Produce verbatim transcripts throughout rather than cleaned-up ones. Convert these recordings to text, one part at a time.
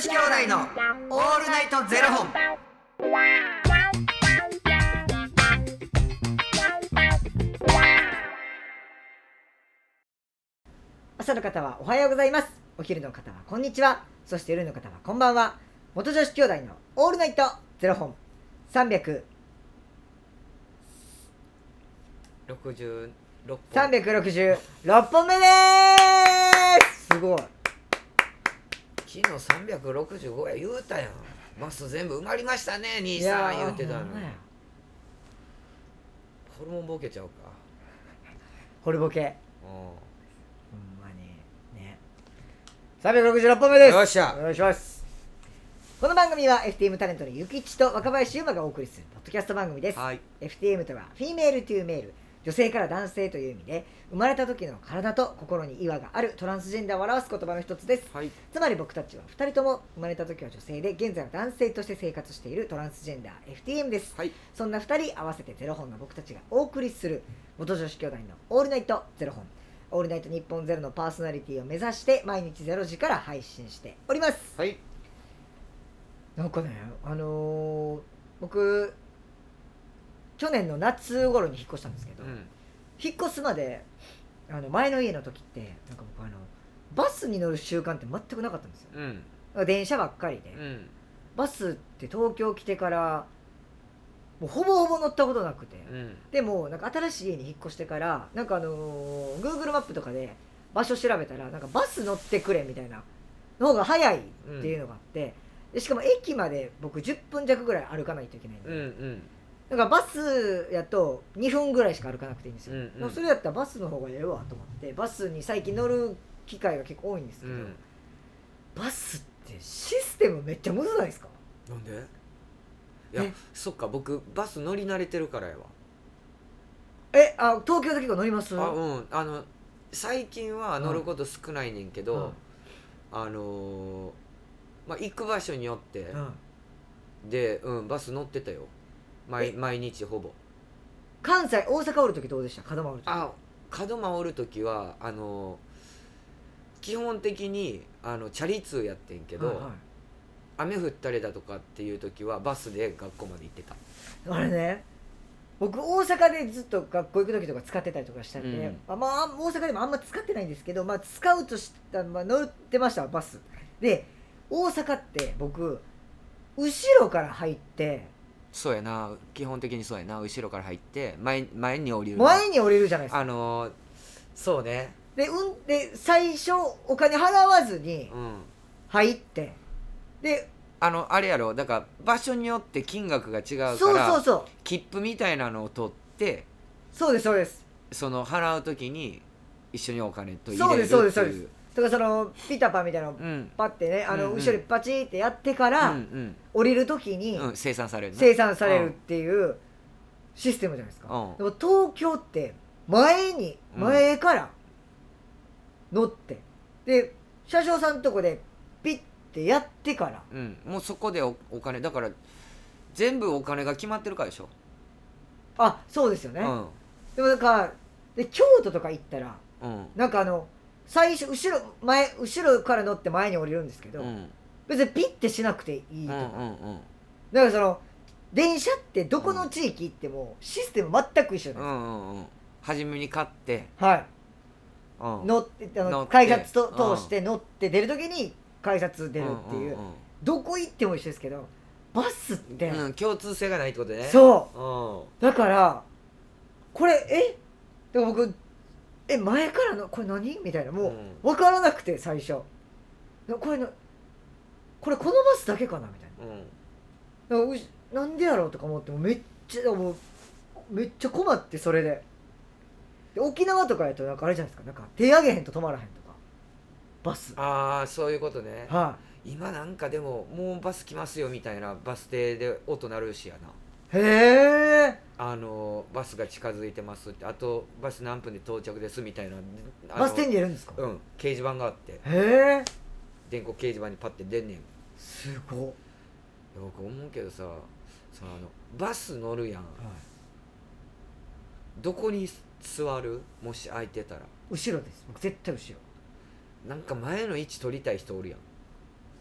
子兄弟のオールナイトゼロ本。 朝の方はおはようございます。お昼の方はこんにちは。そして夜の方はこんばんは。元女子兄弟のオールナイトゼロ本さんびゃくろくじゅうろっぽんさんびゃくろくじゅうろっぽんめでーす。すごい。 昨日さんびゃくろくじゅうごや言うたやん。バス全部埋まりましたね兄さん言うてたのに。ホルモンボケちゃうか。 ホルボケ。 うん、 ほんまにね。さんびゃくろくじゅうろっぽんめです。 よっしゃお願いします。この番組は エフティーエム タレントのゆきちと若林優馬がお送りするポッドキャスト番組です。 はい、 エフティーエム とはフィメールトゥーメール、女性から男性という意味で、生まれた時の体と心に違和があるトランスジェンダーを表す言葉の一つです。 はい、 つまり僕たちはふたりとも生まれた時は女性で現在は男性として生活しているトランスジェンダー エフティーエム です。 はい、 そんなふたり合わせてゼロ本の僕たちがお送りする元女子兄弟のオールナイトゼロ本、オールナイト日本ゼロのパーソナリティを目指して毎日ゼロじから配信しております。 はい、 なんかね、あのー、僕去年の夏頃に引っ越したんですけど、 うん、 引っ越すまであの前の家の時ってなんか僕あのバスに乗る習慣って全くなかったんですよ。 うん、 電車ばっかりで、 うん、 バスって東京来てからもうほぼほぼ乗ったことなくて、 うん、 でもなんか新しい家に引っ越してからなんかあのー、Google マップとかで場所調べたらなんかバス乗ってくれみたいなの方が早いっていうのがあって、でしかも駅まで僕じゅっぷん弱ぐらい歩かないといけないんで、 うん、うん、 だからバスやとにふんぐらいしか歩かなくていいんですよ、 うんうん、 でもそれやったらバスの方がええわと思ってバスに最近乗る機会が結構多いんですけど、うん、バスってシステムめっちゃむずないですか？ なんで？いや、そっか、僕バス乗り慣れてるからやわ。 え、あ、東京で結構乗ります？ あ、うん、あの最近は乗ること少ないねんけど、うん、あのー、まあ行く場所によって、うん、で、うん、バス乗ってたよ。毎, 毎日ほぼ。 関西、大阪おるときどうでした？門真おるとき。 あ、門真おるときはあのー、基本的にあのチャリ通やってんけど、はいはい、雨降ったりだとかっていうときはバスで学校まで行ってた。 あれね、僕大阪でずっと学校行くときとか使ってたりとかしたんで、うん、あまあ、大阪でもあんま使ってないんですけど、まあ、使うとした、まあ、乗ってましたバスで。大阪って僕後ろから入って、 そうやな、基本的にそうやな、後ろから入って前, 前に降りる前に降りるじゃないですか。 あのー、そうね。 で、うん、で最初お金払わずに入って、うん、であのあれやろ、だから場所によって金額が違うから、 そうそうそう、 切符みたいなのを取って、 そうですそうです、 その払うときに一緒にお金と入れるっていう。 そうですそうですそうです。だからそのピタパみたいなのをパッてね、うん、あの後ろにパチってやってから、うんうん、降りるときに、 うん、生産される生産されるっていうシステムじゃないですか、うん、でも東京って前に前から乗って、うん、で車掌さんのとこでピッてやってから、 うん、もうそこで お, お金だから全部お金が決まってるからでしょ。 あ、そうですよね、うん、でもなんかで京都とか行ったら、うん、なんかあの最初後ろ前後ろから乗って前に降りるんですけど、うん、別にピッてしなくていいとか、うんうんうん、だからその電車ってどこの地域行ってもシステム全く一緒なんですよ、うんうんうん、 初めに買って、 はい、うん、乗ってあの改札と通して乗って出るときに改札出るっていう、うんうんうん、どこ行っても一緒ですけどバスって、 うん、共通性がないってことね。 そう、うん、だからこれえでも僕え前からのこれ何みたいな、もう分からなくて最初これのこれこのバスだけかなみたいな、うん、なんでやろうとか思ってもめっちゃもうめっちゃ困って、それ で, で沖縄とかやとなんかあれじゃないですか、なんか手上げへんと止まらへんとかバス。 ああ、そういうことね、 はい、今なんかでももうバス来ますよみたいなバス停で音鳴るしやな。 へえ。 あのバスが近づいてますって、あとバス何分で到着ですみたいな、 バス停に出るんですか？ うん、掲示板があって、 へえ、 電光掲示板にパッて出んねん。 すごっ。 よく思うけどさ、そのあのバス乗るやん、はい、どこに座る？もし空いてたら。 後ろです、僕絶対後ろ。 なんか前の位置取りたい人おるやん。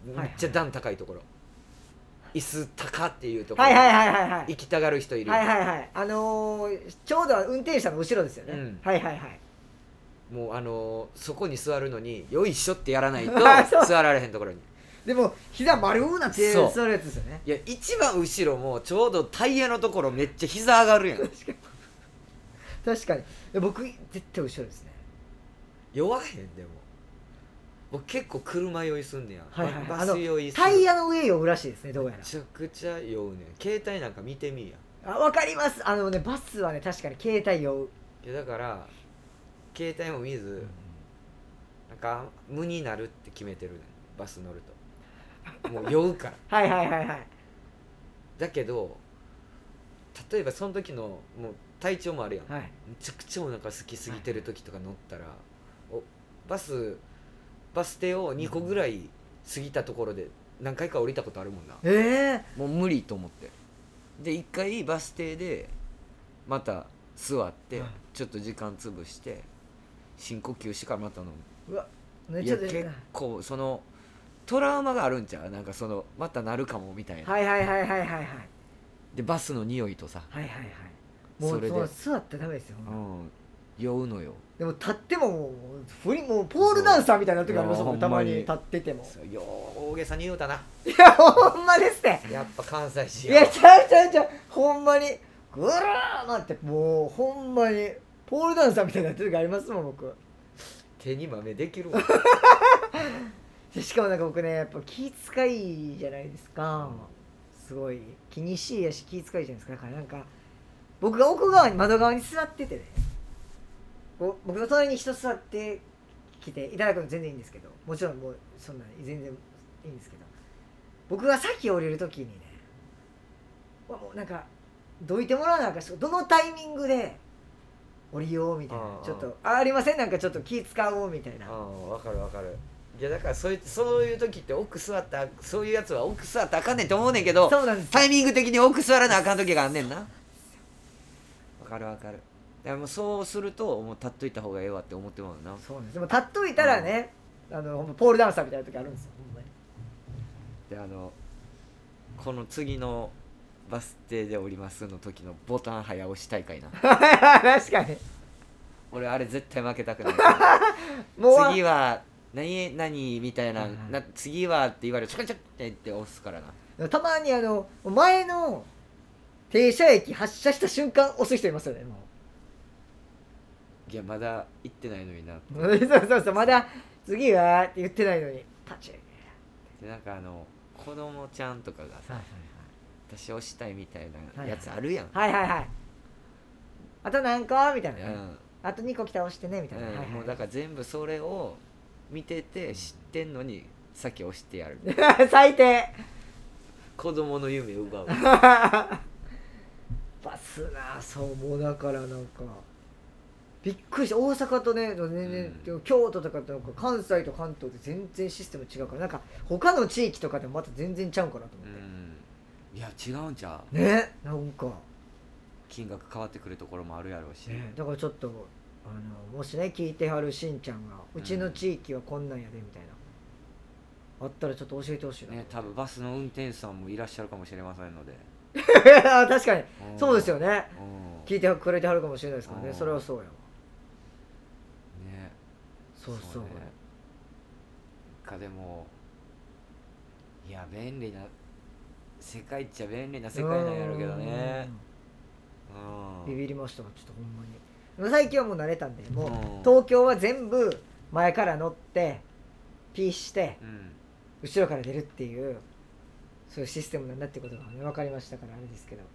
めっちゃ段高いところ、椅子高っていうところ、 はいはいはいはいはい行きたがる人いる。 はいはいはい、あのー、ちょうど運転手さんの後ろですよね、うん、はいはいはい。 もうあのー、そこに座るのによいしょってやらないと座られへんところにでも膝丸うなって座るやつですよね。 いや一番後ろもちょうどタイヤのところめっちゃ膝上がるやん。 確かに確かに僕絶対後ろですね。 弱へんでも僕結構車酔いすんねや、 はいはい、 バス酔いする。 タイヤの上酔うらしいですね、どうやら。 めちゃくちゃ酔うねん。携帯なんか見てみいや。 あ、わかります。あのねバスはね確かに携帯酔う。 いやだから携帯も見ず、うん、なんか無になるって決めてるねん、バス乗ると。もう酔うからはいはいはいはい。 だけど例えばその時のもう体調もあるやん、はい、めちゃくちゃお腹空きすぎてる時とか乗ったら、はい、おバスバス停をにこぐらい過ぎたところで何回か降りたことあるもんな。 えー、 もう無理と思ってでいっかいバス停でまた座ってちょっと時間潰して深呼吸してからまた飲む。 うわいや結構そのトラウマがあるんちゃう、なんかそのまたなるかもみたいな。 はいはいはいはいはいはい。 でバスの匂いとさ、 はいはいはい、もうそれで座ってダメですよ、 うん、酔うのよ。 でも立ってももうフリもうポールダンサーみたいな時ありますもん、たまに立ってても。 よう大げさに言うたな。 いやほんまですね。 やっぱ関西人や。いやちゃうちゃうちゃう、ほんまにぐらーなってもうほんまにポールダンサーみたいになってる時ありますもん僕。 手に豆できるわ。 しかもなんか僕ねやっぱ気遣いじゃないですか、すごい気にしいやし気遣いじゃないですか。だからなんか僕が奥側に窓側に座っててね、僕の隣に人座ってきていただくの全然いいんですけど、もちろんもうそんな全然いいんですけど、僕が先降りる時にねもうなんかどいてもらわなあかんし、どのタイミングで降りようみたいな、ちょっと あ, ありません、なんかちょっと気使おうみたいな。 ああ分かる分かる。いやだからそういう、そういう時って奥座ったそういうやつは奥座ったらあかんねんと思うねんけど、 そうなんです、 タイミング的に奥座らなあかん時があんねんな。分かる分かる。いやもうそうするともう立っといた方がええわって思ってまうな。 そうなんです。でも立っといたらね、うん、あのポールダンサーみたいな時あるんですよほんまに。 であのこの次のバス停で降りますの時のボタン早押し大会な。 確かに俺あれ絶対負けたくないもう次は何何みたいな、な次はって言われるとチャカチャってって押すからな。 たまにあの前の停車駅発車した瞬間押す人いますよね。もういやまだ行ってないのになそうそうそう、まだ次はって言ってないのにパチッでなんかあの子供ちゃんとかがさ、はいはいはい、私押したいみたいなやつあるやん。 はいはいはい、あと何個みたいな、うん、あとにこ来たら押してねみたいな、うん、はいはい、 もうだから全部それを見てて知ってんのに先押してやる最低。 子供の夢奪うバスな。そうもうだからなんかびっくりした。大阪とね、全然、うん、京都とかとなんか関西と関東で全然システム違うから、なんか他の地域とかでもまた全然ちゃうかなと思って、 うん、いや違うんちゃうね。なんか金額変わってくるところもあるやろうし、 ね、だからちょっとあのもしね聞いてはるしんちゃんがうちの地域はこんなんやでみたいな、うん、あったらちょっと教えてほしいな、 ね、多分バスの運転手さんもいらっしゃるかもしれませんので確かにそうですよね。聞いてくれてはるかもしれないですからね。それはそうやわね。そうそう、そうね、 かでもいや便利な世界っちゃ便利な世界なんやろうけどね。 うん、ビビりましたわちょっとほんまに。最近はもう慣れたんで、もう東京は全部前から乗ってピーして、うん、後ろから出るっていうそういうシステムなんだってことが、ね、分かりましたからあれですけど、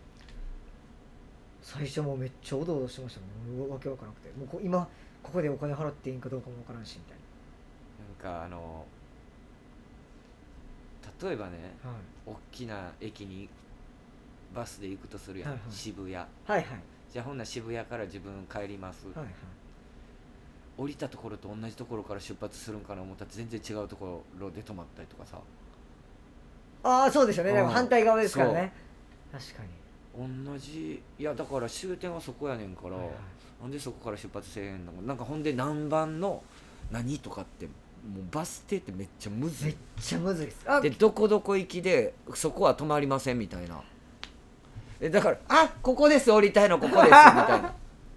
最初もうめっちゃおどおどしてましたもん。わけわからなくて、もうこ今ここでお金払っていいんかどうかも分からんしみたいな。なんかあの例えばね、はい、大きな駅にバスで行くとするやん、はいはい、渋谷、はいはい、じゃあほんなら渋谷から自分帰ります、はいはい、降りたところと同じところから出発するんかな思ったら全然違うところで止まったりとかさ。 ああそうですよね。でも反対側ですからね。確かに同じ。いやだから終点はそこやねんから、はいはい、なんでそこから出発せえへんの。なんかほんで何番の何とかってもうバス停ってめっちゃむずめっいちゃむずいですあでどこどこ行きでそこは止まりませんみたいなでだからあここです降りたいのここですみたいな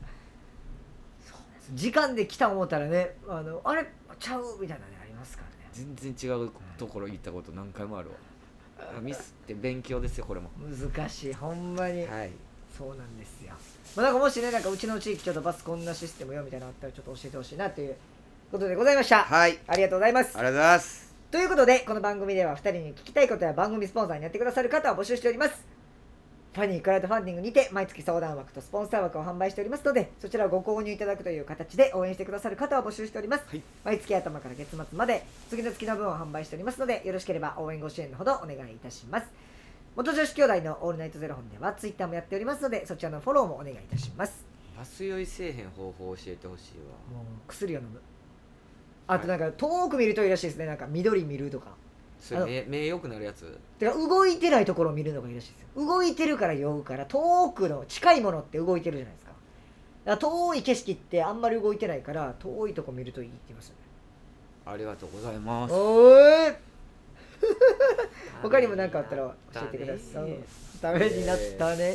時間で来た思ったらねあのあれちゃうみたいなねありますからね全然違うところ行ったこと何回もあるわミスって勉強ですよこれも難しいほんまに、 はいそうなんですよ、まあ、なんかもしねなんかうちの地域ちょっとバスこんなシステムよみたいなのあったらちょっと教えてほしいなということでございました。 はいありがとうございます。 ありがとうございますということでこの番組ではふたりに聞きたいことや番組スポンサーにやってくださる方を募集しております。ファニークラウドファンディングにて毎月相談枠とスポンサー枠を販売しておりますのでそちらをご購入いただくという形で応援してくださる方を募集しております、はい、毎月頭から月末まで次の月の分を販売しておりますのでよろしければ応援ご支援のほどお願いいたします。元女子兄弟のオールナイトゼロ本ではツイッターもやっておりますのでそちらのフォローもお願いいたします。 バス酔いせえへん方法を教えてほしいわ。 もう薬を飲むあとなんか遠く見るといいらしいですね。なんか緑見るとかそれ 目, 目良くなるやつてか動いてないところを見るのがいいらしいですよ。動いてるから酔うから遠くの近いものって動いてるじゃないですか。だから遠い景色ってあんまり動いてないから遠いとこ見るといいって言いますよね。 ありがとうございます。 おーい他にも何かあったら教えてください。ダメになったね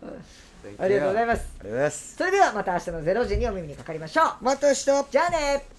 ありがとうございます。 ありがとうございます。 それではまた明日のゼロ時にお耳にかかりましょう。 また明日。 じゃあね。